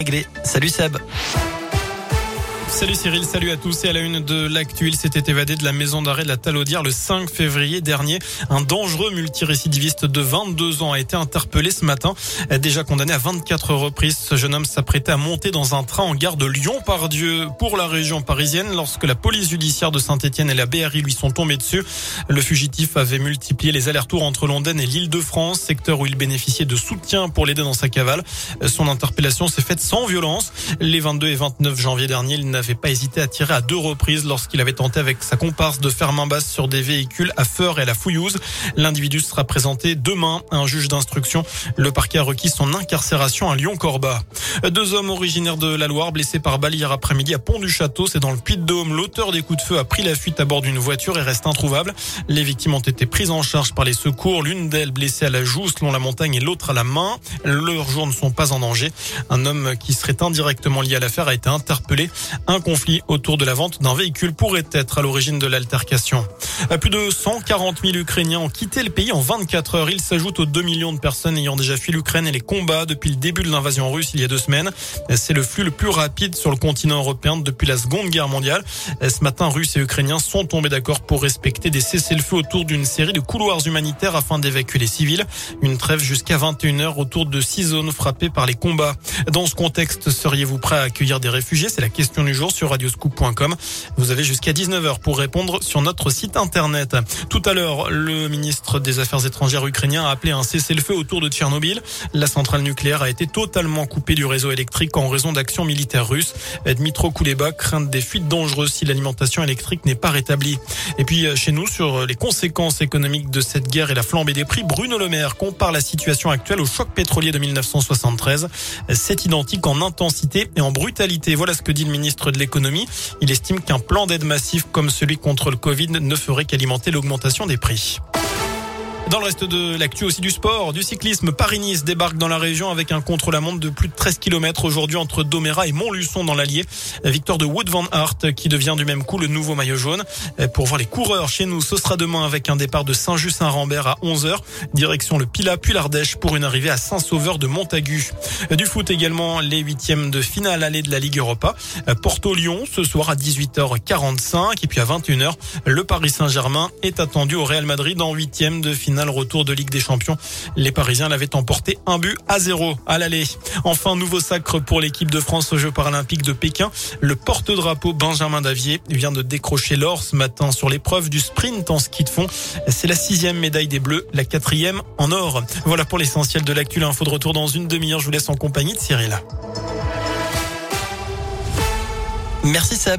Maiglet. Salut Seb. Salut Cyril, salut à tous. Et à la une de l'actu, il s'était évadé de la maison d'arrêt de la Talaudière le 5 février dernier. Un dangereux multirécidiviste de 22 ans a été interpellé ce matin. Déjà condamné à 24 reprises, ce jeune homme s'apprêtait à monter dans un train en gare de Lyon-Pardieu pour la région parisienne lorsque la police judiciaire de Saint-Étienne et la BRI lui sont tombés dessus. Le fugitif avait multiplié les allers-retours entre Londres et l'Île-de-France, secteur où il bénéficiait de soutien pour l'aider dans sa cavale. Son interpellation s'est faite sans violence. Les 22 et 29 janvier dernier, il n'avait pas hésité à tirer à 2 reprises lorsqu'il avait tenté avec sa comparse de faire main basse sur des véhicules à Feurs et à la Fouillouse. L'individu sera présenté demain à un juge d'instruction. Le parquet a requis son incarcération à Lyon-Corba. 2 hommes originaires de la Loire blessés par balle hier après-midi à Pont-du-Château. C'est dans le Puy-de-Dôme. L'auteur des coups de feu a pris la fuite à bord d'une voiture et reste introuvable. Les victimes ont été prises en charge par les secours. L'une d'elles blessée à la joue selon la montagne et l'autre à la main. Leurs jours ne sont pas en danger. Un homme qui serait indirectement lié à l'affaire a été interpellé. Un conflit autour de la vente d'un véhicule pourrait être à l'origine de l'altercation. Plus de 140 000 Ukrainiens ont quitté le pays en 24 heures. Ils s'ajoutent aux 2 millions de personnes ayant déjà fui l'Ukraine et les combats depuis le début de l'invasion russe il y a 2 semaines. C'est le flux le plus rapide sur le continent européen depuis la Seconde Guerre mondiale. Ce matin, Russes et Ukrainiens sont tombés d'accord pour respecter des cessez-le-feu autour d'une série de couloirs humanitaires afin d'évacuer les civils. Une trêve jusqu'à 21 heures autour de 6 zones frappées par les combats. Dans ce contexte, seriez-vous prêt à accueillir des réfugiés? C'est la question du jour sur radioscoop.com. Vous avez jusqu'à 19h pour répondre sur notre site internet. Tout à l'heure, le ministre des Affaires étrangères ukrainien a appelé un cessez-le-feu autour de Tchernobyl. La centrale nucléaire a été totalement coupée du réseau électrique en raison d'actions militaires russes. Dmytro Kuleba craint des fuites dangereuses si l'alimentation électrique n'est pas rétablie. Et puis chez nous, sur les conséquences économiques de cette guerre et la flambée des prix, Bruno Le Maire compare la situation actuelle au choc pétrolier de 1973. C'est identique en intensité et en brutalité. Voilà ce que dit le ministre de l'économie. Il estime qu'un plan d'aide massif comme celui contre le Covid ne ferait qu'alimenter l'augmentation des prix. Dans le reste de l'actu aussi du sport, du cyclisme, Paris-Nice débarque dans la région avec un contre-la-montre de plus de 13 km aujourd'hui entre Domérat et Montluçon dans l'Allier. Victoire de Wout van Aert qui devient du même coup le nouveau maillot jaune. Pour voir les coureurs chez nous, ce sera demain avec un départ de Saint-Just-Saint-Rambert à 11h. Direction le Pilat puis l'Ardèche pour une arrivée à Saint-Sauveur de Montagu. Du foot également, les 8e de finale allée de la Ligue Europa. Porto-Lyon ce soir à 18h45 et puis à 21h, le Paris Saint-Germain est attendu au Real Madrid en 8e de finale retour de Ligue des Champions. Les Parisiens l'avaient emporté 1-0 à l'aller. Enfin, nouveau sacre pour l'équipe de France aux Jeux paralympiques de Pékin. Le porte-drapeau Benjamin Davier vient de décrocher l'or ce matin sur l'épreuve du sprint en ski de fond. C'est la 6e médaille des Bleus, la 4e en or. Voilà pour l'essentiel de l'actu. L'info de retour dans une demi-heure. Je vous laisse en compagnie de Cyril. Merci Seb.